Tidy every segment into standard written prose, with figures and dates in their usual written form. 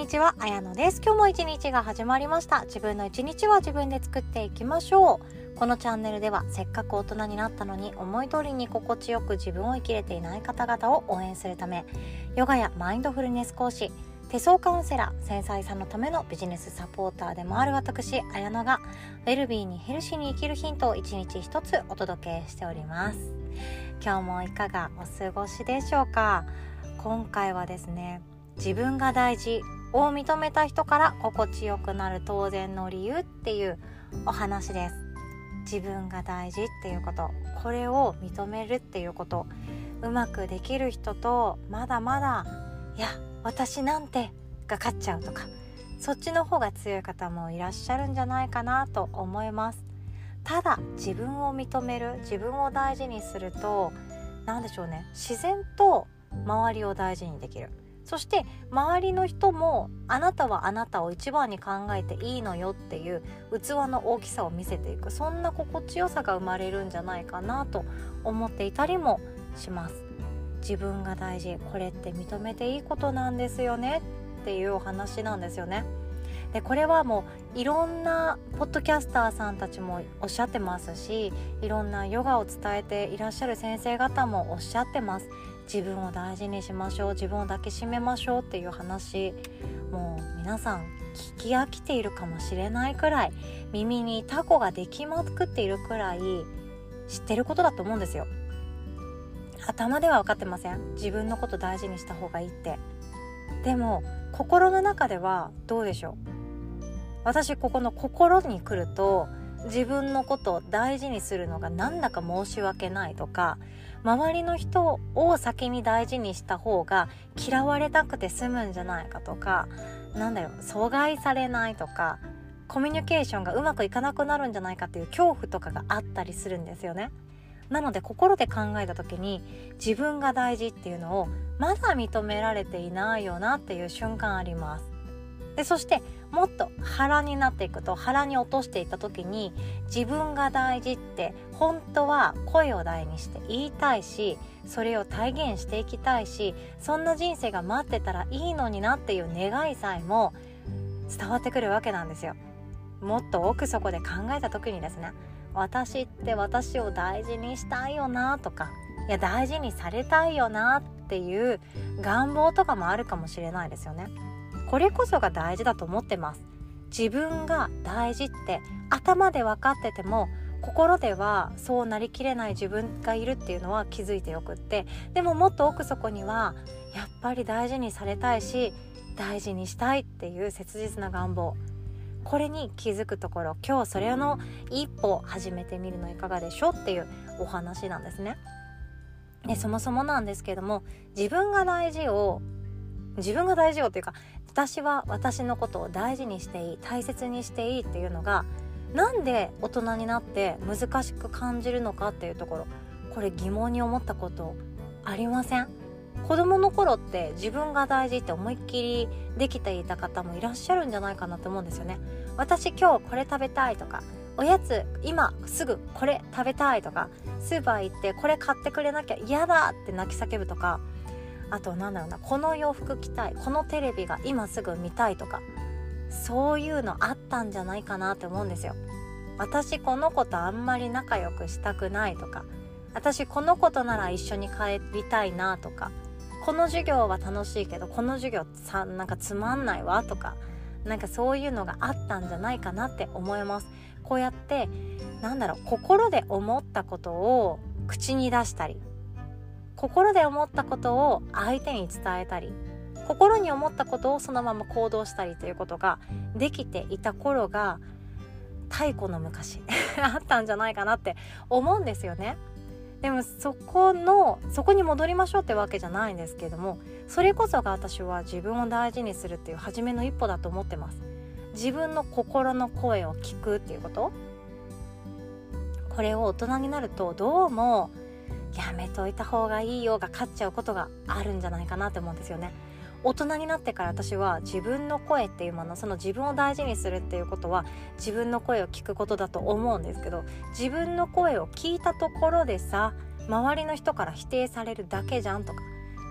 ちは、あやのです。今日も一日が始まりました。自分の一日は自分で作っていきましょう。このチャンネルでは、せっかく大人になったのに思い通りに心地よく自分を生きれていない方々を応援するため、ヨガやマインドフルネス講師、手相カウンセラー、繊細さんのためのビジネスサポーターでもある私、あやのがウェルビーにヘルシーに生きるヒントを一日一つお届けしております。今日もいかがお過ごしでしょうか。今回はですね、自分が大事を認めた人から心地よくなる当然の理由っていうお話です。自分が大事っていうこと、これを認めるっていうこと、うまくできる人と、まだまだいや私なんてが勝っちゃうとか、そっちの方が強い方もいらっしゃるんじゃないかなと思います。ただ自分を認める、自分を大事にすると、なんでしょうね、自然と周りを大事にできる。そして周りの人もあなたはあなたを一番に考えていいのよっていう器の大きさを見せていく、そんな心地よさが生まれるんじゃないかなと思っていたりもします。自分が大事、これって認めていいことなんですよねっていうお話なんですよね。でこれはもういろんなポッドキャスターさんたちもおっしゃってますし、いろんなヨガを伝えていらっしゃる先生方もおっしゃってます。自分を大事にしましょう、自分を抱きしめましょうっていう話、もう皆さん聞き飽きているかもしれないくらい、耳にタコができまくっているくらい知ってることだと思うんですよ。頭では分かってません。自分のこと大事にした方がいいって。でも心の中ではどうでしょう。私ここの心に来ると、自分のことを大事にするのがなんだか申し訳ないとか、周りの人を先に大事にした方が嫌われなくて済むんじゃないかとか、阻害されないとか、コミュニケーションがうまくいかなくなるんじゃないかっていう恐怖とかがあったりするんですよね。なので心で考えた時に、自分が大事っていうのをまだ認められていないよなっていう瞬間あります。でそしてもっと腹になっていくと、腹に落としていった時に、自分が大事って本当は声を大にして言いたいし、それを体現していきたいし、そんな人生が待ってたらいいのになっていう願いさえも伝わってくるわけなんですよ。もっと奥底で考えた時にですね、私って私を大事にしたいよなとか、いや大事にされたいよなっていう願望とかもあるかもしれないですよね。これこそが大事だと思ってます。自分が大事って頭で分かってても、心ではそうなりきれない自分がいるっていうのは気づいてよくって、でももっと奥底にはやっぱり大事にされたいし、大事にしたいっていう切実な願望、これに気づくところ、今日それの一歩始めてみるのいかがでしょうっていうお話なんですね。でそもそもなんですけども、自分が大事をというか、私は私のことを大事にしていい、大切にしていいっていうのが、なんで大人になって難しく感じるのかっていうところ、これ疑問に思ったことありません？子供の頃って自分が大事って思いっきりできていた方もいらっしゃるんじゃないかなと思うんですよね。私今日これ食べたいとか、おやつ今すぐこれ食べたいとか、スーパー行ってこれ買ってくれなきゃ嫌だって泣き叫ぶとか、あとこの洋服着たい、このテレビが今すぐ見たいとか、そういうのあったんじゃないかなって思うんですよ。私この子とあんまり仲良くしたくないとか、私この子となら一緒に帰りたいなとか、この授業は楽しいけどこの授業つまんないわとか、そういうのがあったんじゃないかなって思います。こうやって心で思ったことを口に出したり、心で思ったことを相手に伝えたり、心に思ったことをそのまま行動したりということができていた頃が太古の昔あったんじゃないかなって思うんですよね。でもそこに戻りましょうってわけじゃないんですけども、それこそが私は自分を大事にするっていう初めの一歩だと思ってます。自分の心の声を聞くっていうこと、これを大人になるとどうもやめといた方がいいよが勝っちゃうことがあるんじゃないかなって思うんですよね。大人になってから私は自分の声っていうもの、その自分を大事にするっていうことは自分の声を聞くことだと思うんですけど、自分の声を聞いたところでさ、周りの人から否定されるだけじゃんとか、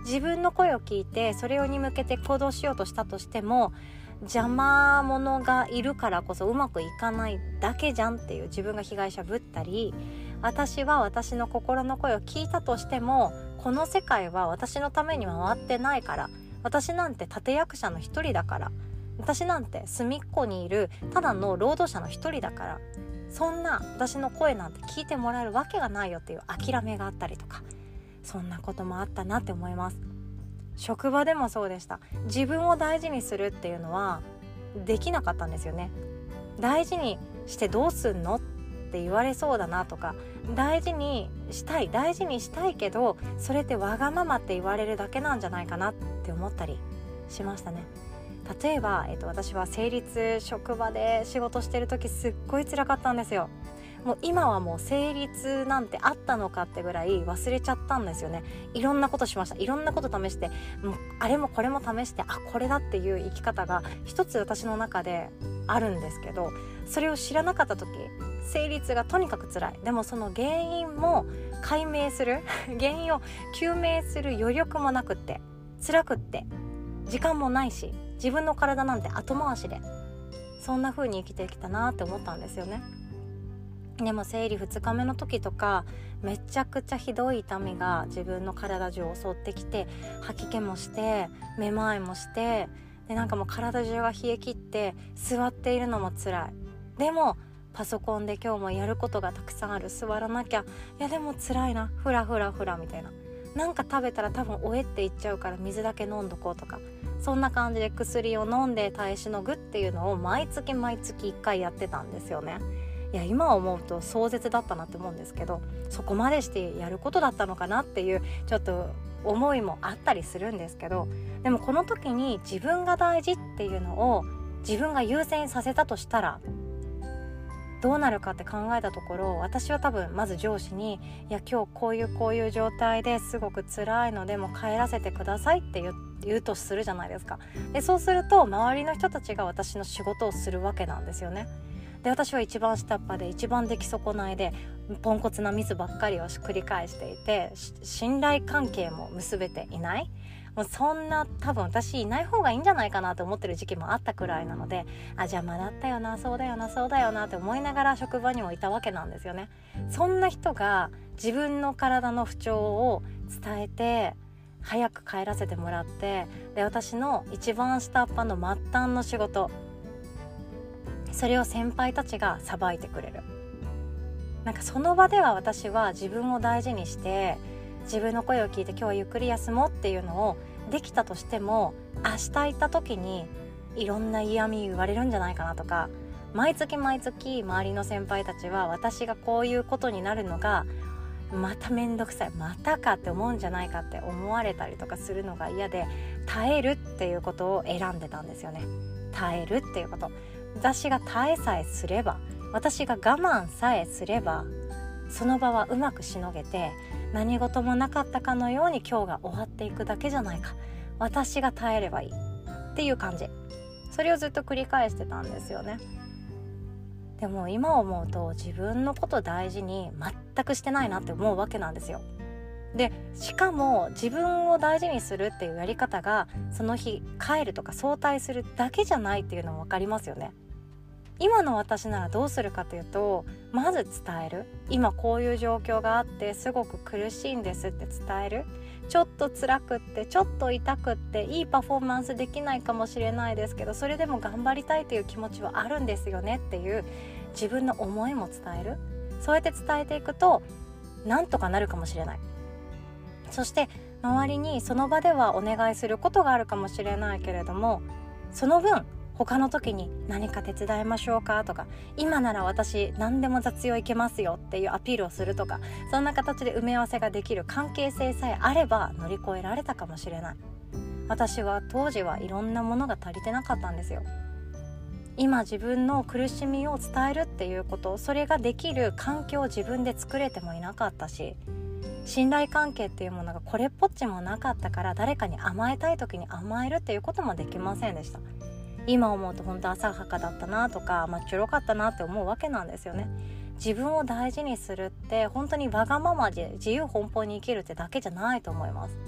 自分の声を聞いてそれに向けて行動しようとしたとしても、邪魔者がいるからこそうまくいかないだけじゃんっていう自分が被害者ぶったり、私は私の心の声を聞いたとしてもこの世界は私のために回ってないから、私なんて立役者の一人だから、私なんて隅っこにいるただの労働者の一人だから、そんな私の声なんて聞いてもらえるわけがないよっていう諦めがあったりとか、そんなこともあったなって思います。職場でもそうでした。自分を大事にするっていうのはできなかったんですよね。大事にしてどうすんのって言われそうだなとか、大事にしたいけどそれってわがままって言われるだけなんじゃないかなって思ったりしましたね。例えば、私は生理職場で仕事してる時すっごい辛かったんですよ。もう今はもう生理なんてあったのかってぐらい忘れちゃったんですよね。いろんなことしました。いろんなこと試して、もうあれもこれも試して、これだっていう生き方が一つ私の中であるんですけど、それを知らなかった時、生理がとにかく辛い。でもその原因も解明する原因を究明する余力もなくって、辛くって時間もないし、自分の体なんて後回しで、そんな風に生きてきたなって思ったんですよね。でも生理2日目の時とかめちゃくちゃひどい痛みが自分の体中を襲ってきて、吐き気もしてめまいもして、でなんかもう体中が冷え切って座っているのも辛い。でもパソコンで今日もやることがたくさんある、座らなきゃ、いやでも辛いな、フラみたいな、なんか食べたら多分おえっていっちゃうから水だけ飲んどこうとか、そんな感じで薬を飲んで耐えしのぐっていうのを毎月1回やってたんですよね。いや今思うと壮絶だったなって思うんですけど、そこまでしてやることだったのかなっていうちょっと思いもあったりするんですけど、でもこの時に自分が大事っていうのを自分が優先させたとしたらどうなるかって考えたところ、私は多分まず上司に、いや今日こういう状態ですごく辛いのでもう帰らせてくださいって言うとするじゃないですか。でそうすると周りの人たちが私の仕事をするわけなんですよね。で私は一番下っ端で一番出来損ないでポンコツなミスばっかりを繰り返していて、信頼関係も結べていない、もうそんな多分私いない方がいいんじゃないかなと思ってる時期もあったくらいなので、邪魔だったよな、そうだよなって思いながら職場にもいたわけなんですよね。そんな人が自分の体の不調を伝えて早く帰らせてもらって、で私の一番下っ端の末端の仕事、それを先輩たちがさばいてくれる。なんかその場では私は自分を大事にして自分の声を聞いて今日はゆっくり休もうっていうのをできたとしても、明日行った時にいろんな嫌味言われるんじゃないかなとか、毎月周りの先輩たちは私がこういうことになるのがまためんどくさい、またかって思うんじゃないかって思われたりとかするのが嫌で、耐えるっていうことを選んでたんですよね。耐えるっていうこと、私が耐えさえすれば、私が我慢さえすればその場はうまくしのげて何事もなかったかのように今日が終わっていくだけじゃないか、私が耐えればいいっていう感じ、それをずっと繰り返してたんですよね。でも今思うと自分のこと大事に全くしてないなって思うわけなんですよ。でしかも自分を大事にするっていうやり方がその日帰るとか早退するだけじゃないっていうのも分かりますよね。今の私ならどうするかというと、まず伝える。今こういう状況があってすごく苦しいんですって伝える。ちょっと辛くってちょっと痛くっていいパフォーマンスできないかもしれないですけど、それでも頑張りたいという気持ちはあるんですよねっていう自分の思いも伝える。そうやって伝えていくとなんとかなるかもしれない。そして周りにその場ではお願いすることがあるかもしれないけれども、その分他の時に何か手伝いましょうかとか、今なら私何でも雑用いけますよっていうアピールをするとか、そんな形で埋め合わせができる関係性さえあれば乗り越えられたかもしれない。私は当時はいろんなものが足りてなかったんですよ。今自分の苦しみを伝えるっていうこと、それができる環境を自分で作れてもいなかったし、信頼関係っていうものがこれっぽっちもなかったから、誰かに甘えたい時に甘えるっていうこともできませんでした。今思うと本当浅はかだったなとかちょろかったなって思うわけなんですよね。自分を大事にするって本当にわがままで自由奔放に生きるってだけじゃないと思います。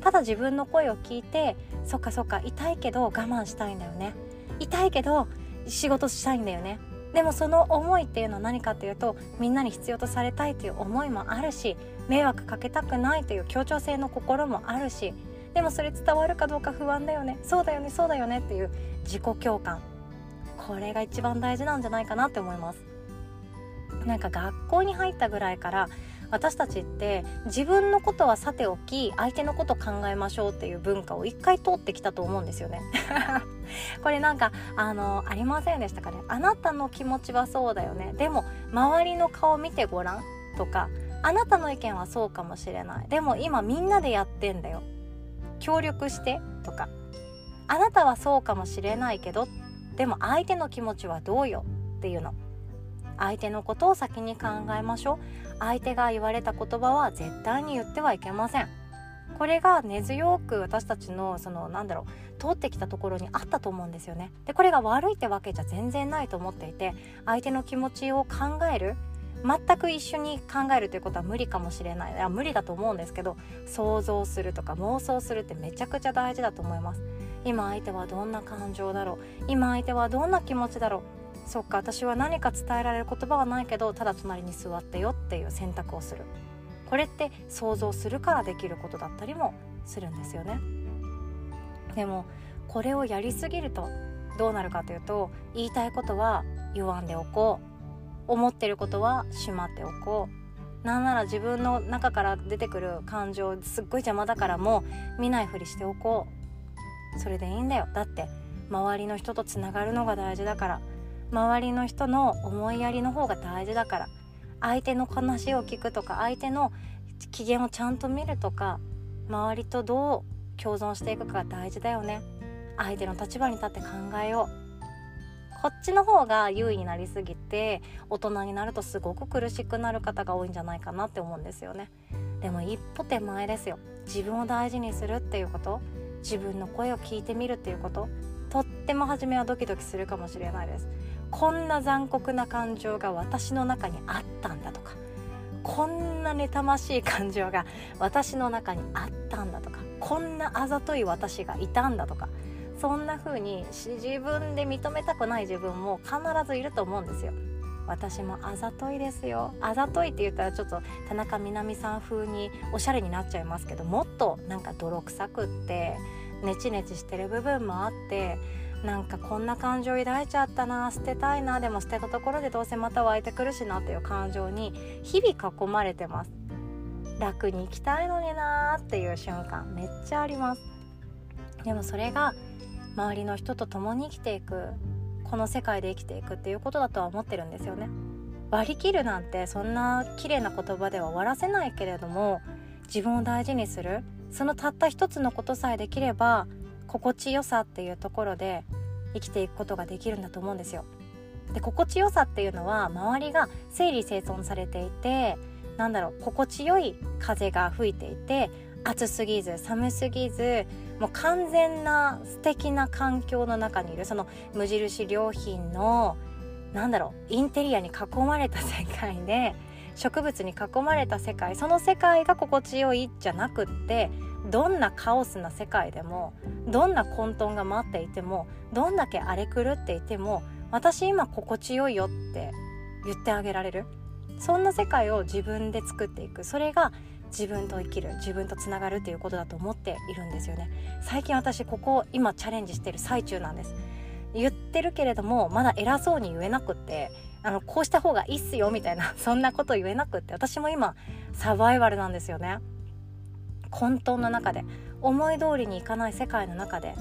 ただ自分の声を聞いて、そっかそっか、痛いけど我慢したいんだよね、痛いけど仕事したいんだよね、でもその思いっていうのは何かっていうと、みんなに必要とされたいという思いもあるし、迷惑かけたくないという協調性の心もあるし、でもそれ伝わるかどうか不安だよね、そうだよねそうだよねっていう自己共感、これが一番大事なんじゃないかなって思います。なんか学校に入ったぐらいから私たちって自分のことはさておき相手のこと考えましょうっていう文化を一回通ってきたと思うんですよねこれなんかありませんでしたかね。あなたの気持ちはそうだよね、でも周りの顔見てごらんとか、あなたの意見はそうかもしれない、でも今みんなでやってんだよ、協力してとか、あなたはそうかもしれないけど、でも相手の気持ちはどうよっていうの、相手のことを先に考えましょう。相手が言われた言葉は絶対に言ってはいけません。これが根強く私たちの通ってきたところにあったと思うんですよね。でこれが悪いってわけじゃ全然ないと思っていて、相手の気持ちを考える、全く一緒に考えるということは無理かもしれない、無理だと思うんですけど、想像するとか妄想するってめちゃくちゃ大事だと思います。今相手はどんな感情だろう、今相手はどんな気持ちだろう、そっか、私は何か伝えられる言葉はないけど、ただ隣に座ってよっていう選択をする。これって想像するからできることだったりもするんですよね。でもこれをやりすぎるとどうなるかというと、言いたいことは言わんでおこう、思ってることはしまっておこう、なんなら自分の中から出てくる感情すっごい邪魔だからもう見ないふりしておこう、それでいいんだよ、だって周りの人とつながるのが大事だから、周りの人の思いやりの方が大事だから、相手の話を聞くとか、相手の機嫌をちゃんと見るとか、周りとどう共存していくかが大事だよね、相手の立場に立って考えよう。こっちの方が優位になりすぎて、大人になるとすごく苦しくなる方が多いんじゃないかなって思うんですよね。でも一歩手前ですよ。自分を大事にするっていうこと、自分の声を聞いてみるっていうこと、とっても初めはドキドキするかもしれないです。こんな残酷な感情が私の中にあったんだとか、こんな妬ましい感情が私の中にあったんだとか、こんなあざとい私がいたんだとか、そんな風に自分で認めたくない自分も必ずいると思うんですよ。私もあざといですよ。あざといって言ったらちょっと田中みな実さん風におしゃれになっちゃいますけど、もっとなんか泥臭くってネチネチしてる部分もあって、なんかこんな感情抱いちゃったな、捨てたいな、でも捨てたところでどうせまた湧いてくるしなっていう感情に日々囲まれてます。楽に生きたいのになーっていう瞬間めっちゃあります。でもそれが周りの人と共に生きていく、この世界で生きていくっていうことだとは思ってるんですよね。割り切るなんてそんな綺麗な言葉では終わらせないけれども、自分を大事にする、そのたった一つのことさえできれば心地よさっていうところで生きていくことができるんだと思うんですよ。で、心地よさっていうのは周りが整理整頓されていて、心地よい風が吹いていて、暑すぎず寒すぎず、もう完全な素敵な環境の中にいる、その無印良品のインテリアに囲まれた世界で、植物に囲まれた世界、その世界が心地よいじゃなくって、どんなカオスな世界でも、どんな混沌が待っていても、どんだけ荒れ狂っていても、私今心地よいよって言ってあげられる、そんな世界を自分で作っていく、それが自分と生きる、自分とつながるっていうことだと思っているんですよね。最近私ここ今チャレンジしてる最中なんです。言ってるけれどもまだ偉そうに言えなくって、こうした方がいいっすよみたいなそんなこと言えなくって、私も今サバイバルなんですよね。混沌の中で、思い通りにいかない世界の中で、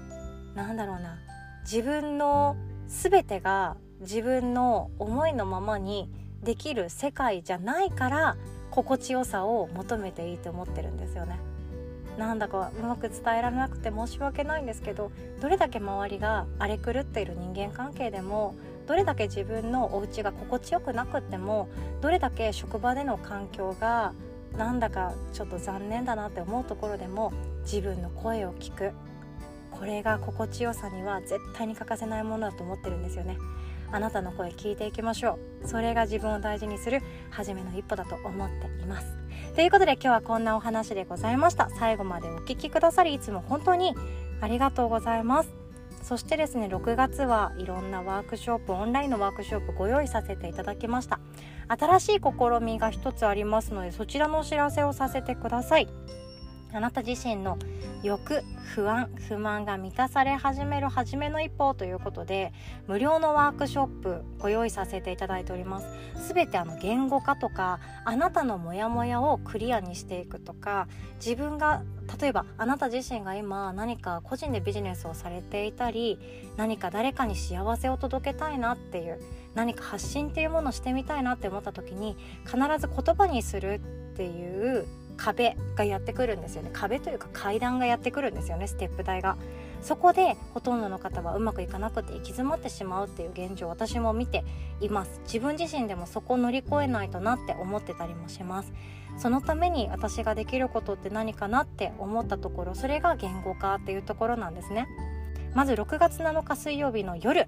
自分の全てが自分の思いのままにできる世界じゃないから、心地よさを求めていいと思ってるんですよね。なんだかうまく伝えられなくて申し訳ないんですけど、どれだけ周りが荒れ狂っている人間関係でも、どれだけ自分のお家が心地よくなくっても、どれだけ職場での環境がなんだかちょっと残念だなって思うところでも、自分の声を聞く、これが心地よさには絶対に欠かせないものだと思ってるんですよね。あなたの声聞いていきましょう。それが自分を大事にする初めの一歩だと思っています。 ということで今日はこんなお話でございました。最後までお聞きくださりいつも本当にありがとうございます。そしてですね、6月はいろんなワークショップ、オンラインのワークショップご用意させていただきました。新しい試みが一つありますので、そちらのお知らせをさせてください。あなた自身の欲、不安、不満が満たされ始める初めの一歩ということで、無料のワークショップご用意させていただいております。すべて言語化とか、あなたのモヤモヤをクリアにしていくとか、自分が例えばあなた自身が今何か個人でビジネスをされていたり、何か誰かに幸せを届けたいなっていう、何か発信っていうものをしてみたいなって思った時に、必ず言葉にするっていう壁がやってくるんですよね。壁というか階段がやってくるんですよね、ステップ台が。そこでほとんどの方はうまくいかなくて行き詰まってしまうっていう現状を私も見ています。自分自身でもそこを乗り越えないとなって思ってたりもします。そのために私ができることって何かなって思ったところ、それが言語化っていうところなんですね。まず6月7日水曜日の夜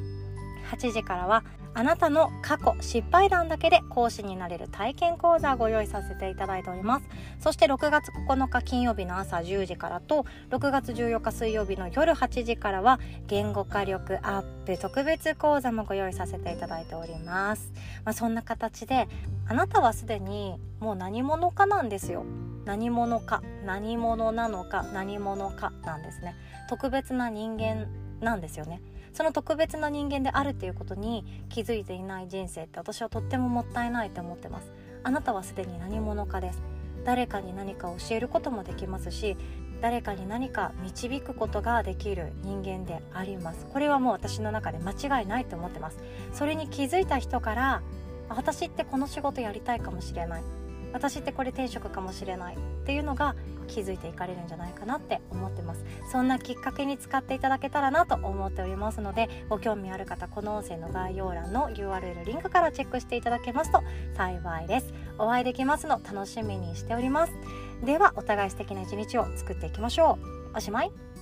8時からは、あなたの過去失敗談だけで講師になれる体験講座をご用意させていただいております。そして6月9日金曜日の朝10時からと6月14日水曜日の夜8時からは言語化力アップ特別講座もご用意させていただいております。そんな形であなたはすでにもう何者かなんですよ。何者か、何者なのか、何者かなんですね。特別な人間なんですよね。その特別な人間であるっていうことに気づいていない人生って私はとってももったいないと思ってます。あなたはすでに何者かです。誰かに何か教えることもできますし、誰かに何か導くことができる人間であります。これはもう私の中で間違いないと思ってます。それに気づいた人から、私ってこの仕事やりたいかもしれない、私ってこれ転職かもしれないっていうのが気づいていかれるんじゃないかなって思ってます。そんなきっかけに使っていただけたらなと思っておりますので、ご興味ある方、この音声の概要欄の URL リンクからチェックしていただけますと幸いです。お会いできますの楽しみにしております。ではお互い素敵な一日を作っていきましょう。おしまい。